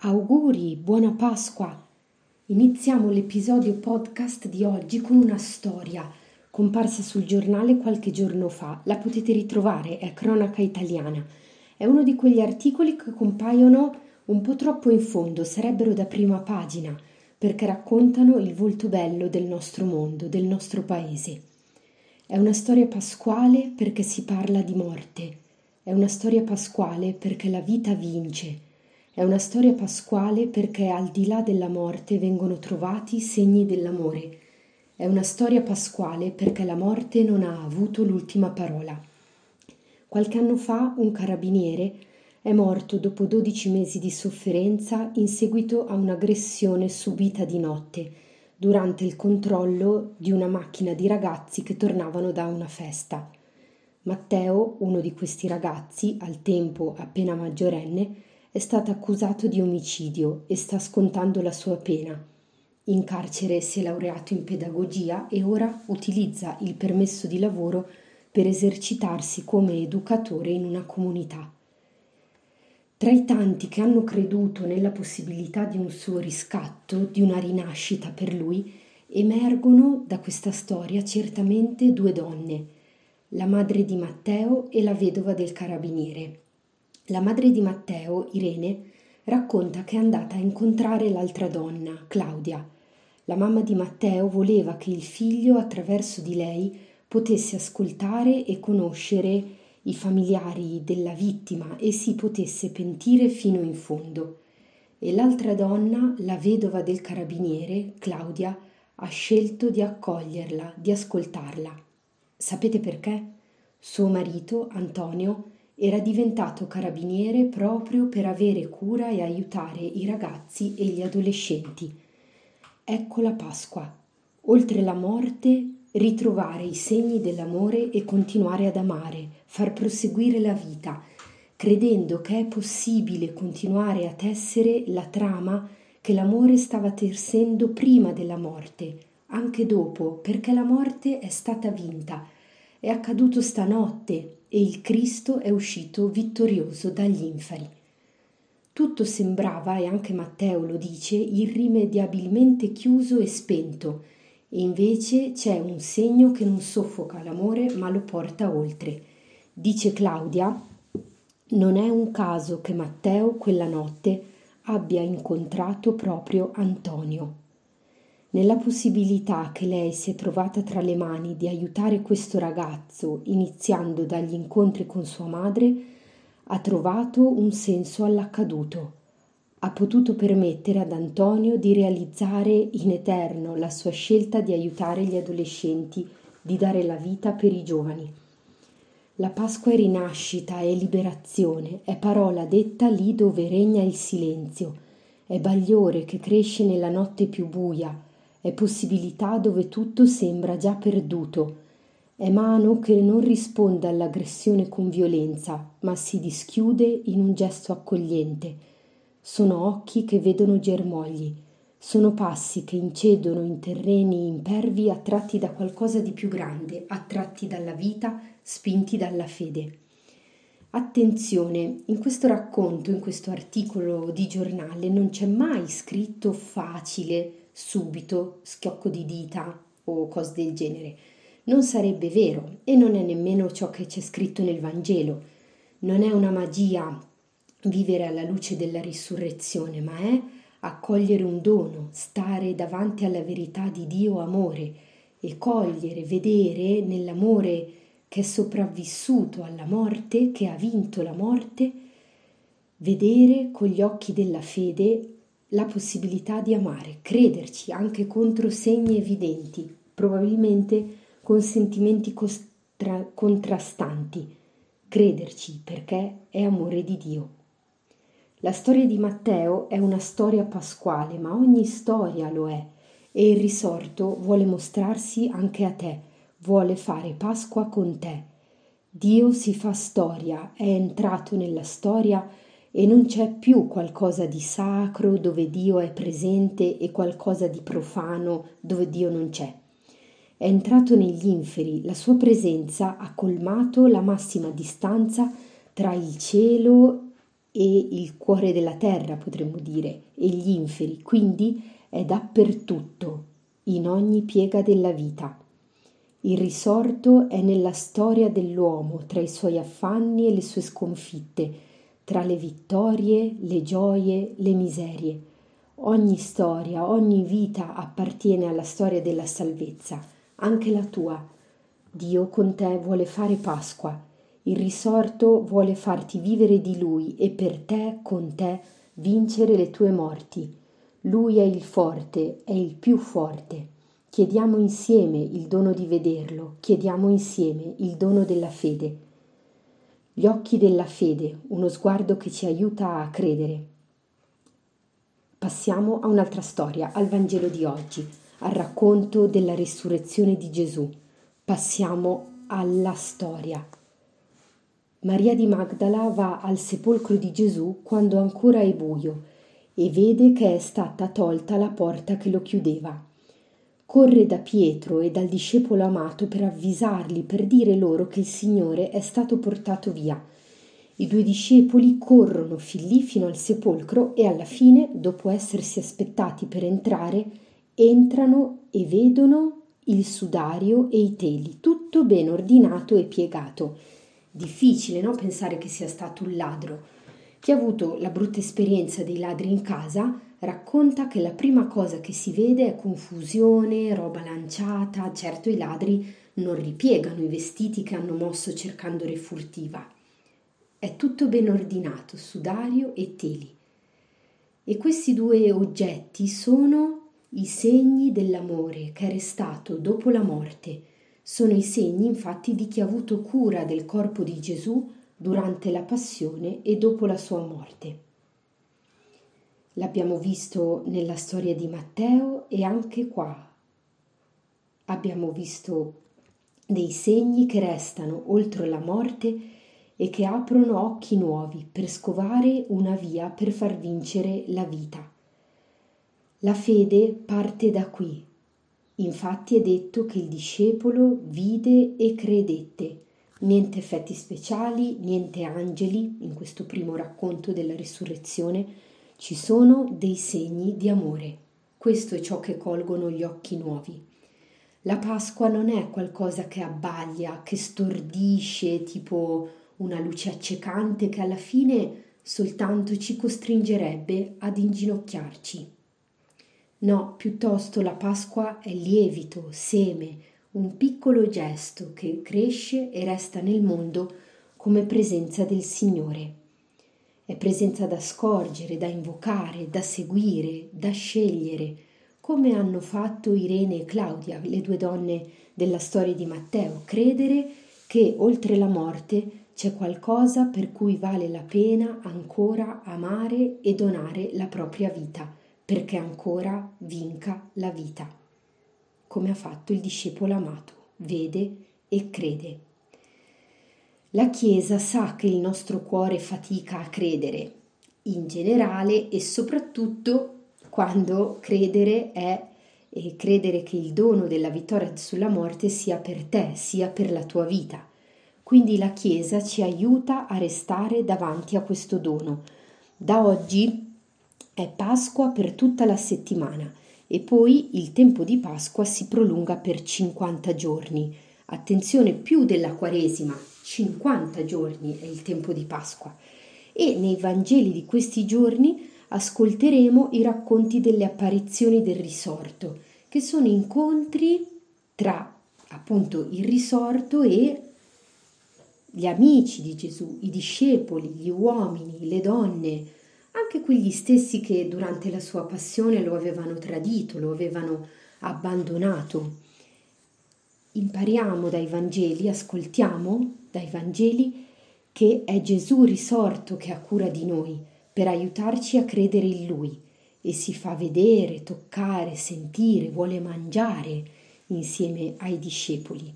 Auguri, buona Pasqua! Iniziamo l'episodio podcast di oggi con una storia comparsa sul giornale qualche giorno fa. La potete ritrovare, è Cronaca Italiana. È uno di quegli articoli che compaiono un po' troppo in fondo, sarebbero da prima pagina, perché raccontano il volto bello del nostro mondo, del nostro paese. È una storia pasquale perché si parla di morte. È una storia pasquale perché la vita vince. È una storia pasquale perché al di là della morte vengono trovati segni dell'amore. È una storia pasquale perché la morte non ha avuto l'ultima parola. Qualche anno fa un carabiniere è morto dopo 12 mesi di sofferenza in seguito a un'aggressione subita di notte durante il controllo di una macchina di ragazzi che tornavano da una festa. Matteo, uno di questi ragazzi, al tempo appena maggiorenne, è stato accusato di omicidio e sta scontando la sua pena. In carcere si è laureato in pedagogia e ora utilizza il permesso di lavoro per esercitarsi come educatore in una comunità. Tra i tanti che hanno creduto nella possibilità di un suo riscatto, di una rinascita per lui, emergono da questa storia certamente due donne, la madre di Matteo e la vedova del carabiniere. La madre di Matteo, Irene, racconta che è andata a incontrare l'altra donna, Claudia. La mamma di Matteo voleva che il figlio, attraverso di lei, potesse ascoltare e conoscere i familiari della vittima e si potesse pentire fino in fondo. E l'altra donna, la vedova del carabiniere, Claudia, ha scelto di accoglierla, di ascoltarla. Sapete perché? Suo marito, Antonio, era diventato carabiniere proprio per avere cura e aiutare i ragazzi e gli adolescenti. Ecco la Pasqua. Oltre la morte, ritrovare i segni dell'amore e continuare ad amare, far proseguire la vita, credendo che è possibile continuare a tessere la trama che l'amore stava tessendo prima della morte, anche dopo, perché la morte è stata vinta. È accaduto stanotte e il Cristo è uscito vittorioso dagli inferi. Tutto sembrava, e anche Matteo lo dice, irrimediabilmente chiuso e spento, e invece c'è un segno che non soffoca l'amore ma lo porta oltre. Dice Claudia, non è un caso che Matteo quella notte abbia incontrato proprio Antonio. Nella possibilità che lei si è trovata tra le mani di aiutare questo ragazzo, iniziando dagli incontri con sua madre, ha trovato un senso all'accaduto. Ha potuto permettere ad Antonio di realizzare in eterno la sua scelta di aiutare gli adolescenti, di dare la vita per i giovani. La Pasqua è rinascita, è liberazione, è parola detta lì dove regna il silenzio, è bagliore che cresce nella notte più buia, è possibilità dove tutto sembra già perduto, è mano che non risponde all'aggressione con violenza, ma si dischiude in un gesto accogliente. Sono occhi che vedono germogli, sono passi che incidono in terreni impervi attratti da qualcosa di più grande, attratti dalla vita, spinti dalla fede. Attenzione, in questo racconto, in questo articolo di giornale non c'è mai scritto facile, subito, schiocco di dita o cose del genere. Non sarebbe vero e non è nemmeno ciò che c'è scritto nel Vangelo. Non è una magia vivere alla luce della risurrezione, ma è accogliere un dono, stare davanti alla verità di Dio amore e cogliere, vedere nell'amore che è sopravvissuto alla morte, che ha vinto la morte, vedere con gli occhi della fede la possibilità di amare, crederci anche contro segni evidenti, probabilmente con sentimenti contrastanti, crederci perché è amore di Dio. La storia di Matteo è una storia pasquale, ma ogni storia lo è, e il risorto vuole mostrarsi anche a te, vuole fare Pasqua con te. Dio si fa storia, è entrato nella storia e non c'è più qualcosa di sacro dove Dio è presente e qualcosa di profano dove Dio non c'è. È entrato negli inferi, la sua presenza ha colmato la massima distanza tra il cielo e il cuore della terra, potremmo dire, e gli inferi, quindi è dappertutto, in ogni piega della vita. Il risorto è nella storia dell'uomo, tra i suoi affanni e le sue sconfitte, tra le vittorie, le gioie, le miserie. Ogni storia, ogni vita appartiene alla storia della salvezza, anche la tua. Dio con te vuole fare Pasqua. Il risorto vuole farti vivere di Lui e per te, con te, vincere le tue morti. Lui è il forte, è il più forte. Chiediamo insieme il dono di vederlo, chiediamo insieme il dono della fede. Gli occhi della fede, uno sguardo che ci aiuta a credere. Passiamo a un'altra storia, al Vangelo di oggi, al racconto della risurrezione di Gesù. Passiamo alla storia. Maria di Magdala va al sepolcro di Gesù quando ancora è buio e vede che è stata tolta la porta che lo chiudeva. Corre da Pietro e dal discepolo amato per avvisarli, per dire loro che il Signore è stato portato via. I due discepoli corrono fin lì fino al sepolcro e alla fine, dopo essersi aspettati per entrare, entrano e vedono il sudario e i teli, tutto ben ordinato e piegato. Difficile, no? Pensare che sia stato un ladro. Chi ha avuto la brutta esperienza dei ladri in casa racconta che la prima cosa che si vede è confusione, roba lanciata. Certo, i ladri non ripiegano i vestiti che hanno mosso cercando refurtiva. È tutto ben ordinato, sudario e teli. E questi due oggetti sono i segni dell'amore che è restato dopo la morte. Sono i segni, infatti, di chi ha avuto cura del corpo di Gesù durante la passione e dopo la sua morte. L'abbiamo visto nella storia di Matteo e anche qua abbiamo visto dei segni che restano oltre la morte e che aprono occhi nuovi per scovare una via per far vincere la vita. La fede parte da qui. Infatti è detto che il discepolo vide e credette. Niente effetti speciali, niente angeli. In questo primo racconto della risurrezione ci sono dei segni di amore. Questo è ciò che colgono gli occhi nuovi. La Pasqua non è qualcosa che abbaglia, che stordisce, tipo una luce accecante che alla fine soltanto ci costringerebbe ad inginocchiarci. No, piuttosto la Pasqua è lievito, seme, un piccolo gesto che cresce e resta nel mondo come presenza del Signore. È presenza da scorgere, da invocare, da seguire, da scegliere, come hanno fatto Irene e Claudia, le due donne della storia di Matteo, credere che oltre la morte c'è qualcosa per cui vale la pena ancora amare e donare la propria vita, perché ancora vinca la vita, come ha fatto il discepolo amato, vede e crede. La Chiesa sa che il nostro cuore fatica a credere, in generale e soprattutto quando credere è credere che il dono della vittoria sulla morte sia per te, sia per la tua vita. Quindi la Chiesa ci aiuta a restare davanti a questo dono. Da oggi è Pasqua per tutta la settimana e poi il tempo di Pasqua si prolunga per 50 giorni. Attenzione, più della Quaresima, 50 giorni è il tempo di Pasqua. E nei Vangeli di questi giorni ascolteremo i racconti delle apparizioni del risorto, che sono incontri tra appunto il risorto e gli amici di Gesù, i discepoli, gli uomini, le donne, anche quegli stessi che durante la sua passione lo avevano tradito, lo avevano abbandonato. Impariamo dai Vangeli, ascoltiamo dai Vangeli che è Gesù risorto che ha cura di noi per aiutarci a credere in Lui e si fa vedere, toccare, sentire, vuole mangiare insieme ai discepoli.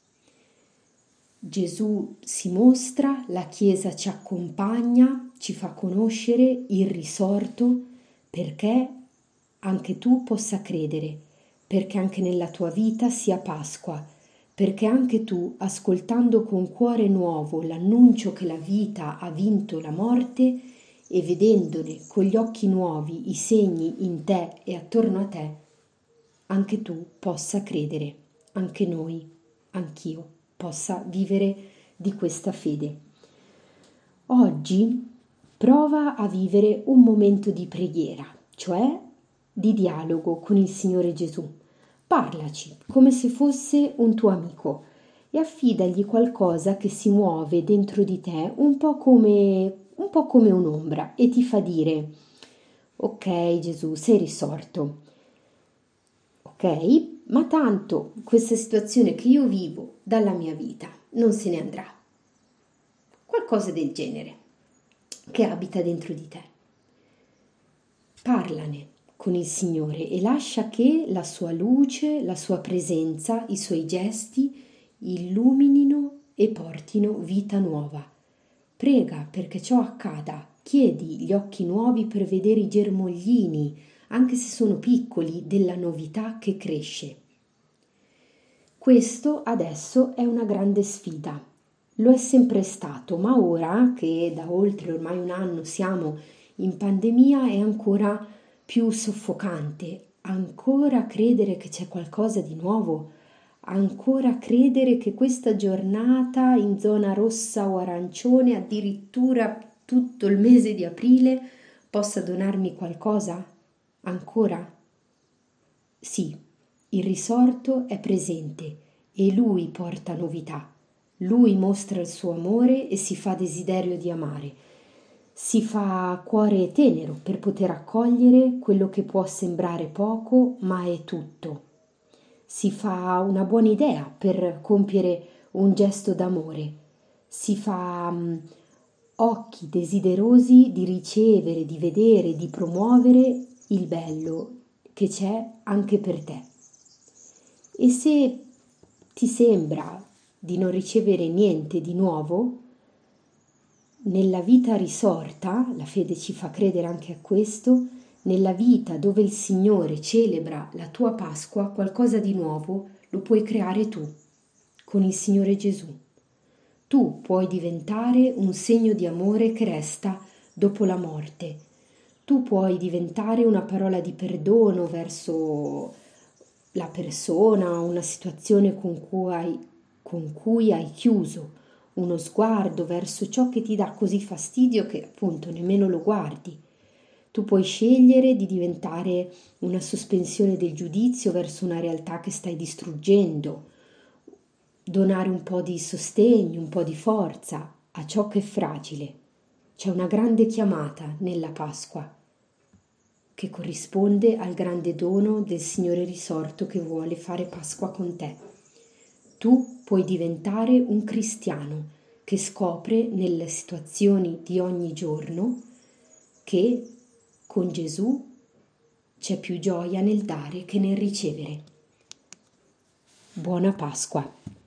Gesù si mostra, la Chiesa ci accompagna, ci fa conoscere il risorto perché anche tu possa credere, perché anche nella tua vita sia Pasqua, perché anche tu, ascoltando con cuore nuovo l'annuncio che la vita ha vinto la morte, e vedendone con gli occhi nuovi i segni in te e attorno a te, anche tu possa credere, anche noi, anch'io, possa vivere di questa fede. Oggi prova a vivere un momento di preghiera, cioè di dialogo con il Signore Gesù. Parlaci come se fosse un tuo amico e affidagli qualcosa che si muove dentro di te un po' come un'ombra e ti fa dire: ok Gesù, sei risorto, ok, ma tanto questa situazione che io vivo dalla mia vita non se ne andrà. Qualcosa del genere che abita dentro di te. Parlane con il Signore e lascia che la sua luce, la sua presenza, i suoi gesti illuminino e portino vita nuova. Prega perché ciò accada, chiedi gli occhi nuovi per vedere i germoglini, anche se sono piccoli, della novità che cresce. Questo adesso è una grande sfida. Lo è sempre stato, ma ora che da oltre ormai un anno siamo in pandemia è ancora più soffocante. Ancora credere che c'è qualcosa di nuovo, ancora credere che questa giornata in zona rossa o arancione, addirittura tutto il mese di aprile, possa donarmi qualcosa? Ancora? Sì, il risorto è presente e lui porta novità. Lui mostra il suo amore e si fa desiderio di amare. Si fa cuore tenero per poter accogliere quello che può sembrare poco, ma è tutto. Si fa una buona idea per compiere un gesto d'amore. Si fa occhi desiderosi di ricevere, di vedere, di promuovere il bello che c'è anche per te. E se ti sembra di non ricevere niente di nuovo, nella vita risorta, la fede ci fa credere anche a questo, nella vita dove il Signore celebra la tua Pasqua, qualcosa di nuovo lo puoi creare tu, con il Signore Gesù. Tu puoi diventare un segno di amore che resta dopo la morte. Tu puoi diventare una parola di perdono verso la persona, una situazione con cui hai chiuso, uno sguardo verso ciò che ti dà così fastidio che appunto nemmeno lo guardi. Tu puoi scegliere di diventare una sospensione del giudizio verso una realtà che stai distruggendo, donare un po' di sostegno, un po' di forza a ciò che è fragile. C'è una grande chiamata nella Pasqua che corrisponde al grande dono del Signore risorto che vuole fare Pasqua con te. Tu puoi diventare un cristiano che scopre nelle situazioni di ogni giorno che con Gesù c'è più gioia nel dare che nel ricevere. Buona Pasqua!